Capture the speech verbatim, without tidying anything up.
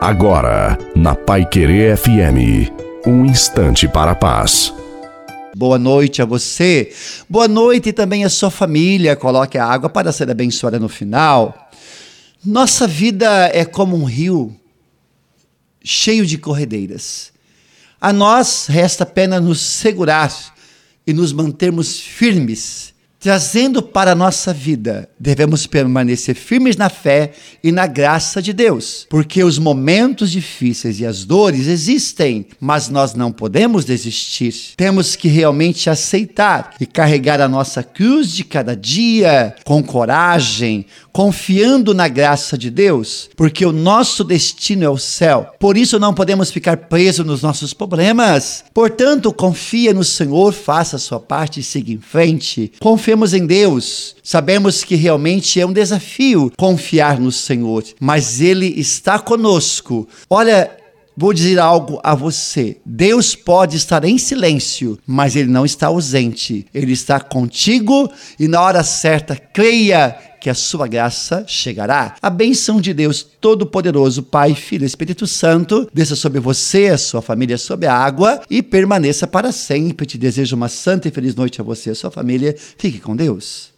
Agora, na Paiquerê F M, um instante para a paz. Boa noite a você, boa noite também à sua família. Coloque a água para ser abençoada no final. Nossa vida é como um rio cheio de corredeiras. A nós resta apenas nos segurar e nos mantermos firmes. Trazendo para a nossa vida, devemos permanecer firmes na fé e na graça de Deus, porque os momentos difíceis e as dores existem, mas nós não podemos desistir. Temos que realmente aceitar e carregar a nossa cruz de cada dia com coragem, confiando na graça de Deus, porque o nosso destino é o céu. Por isso não podemos ficar presos nos nossos problemas. Portanto, confia no Senhor, faça a sua parte e siga em frente. Confia Confiamos em Deus, sabemos que realmente é um desafio confiar no Senhor, mas Ele está conosco. Olha, vou dizer algo a você. Deus pode estar em silêncio, mas Ele não está ausente. Ele está contigo e na hora certa, creia que a sua graça chegará. A bênção de Deus Todo-Poderoso, Pai, Filho e Espírito Santo, desça sobre você, a sua família, sobre a água e permaneça para sempre. Te desejo uma santa e feliz noite a você e a sua família. Fique com Deus.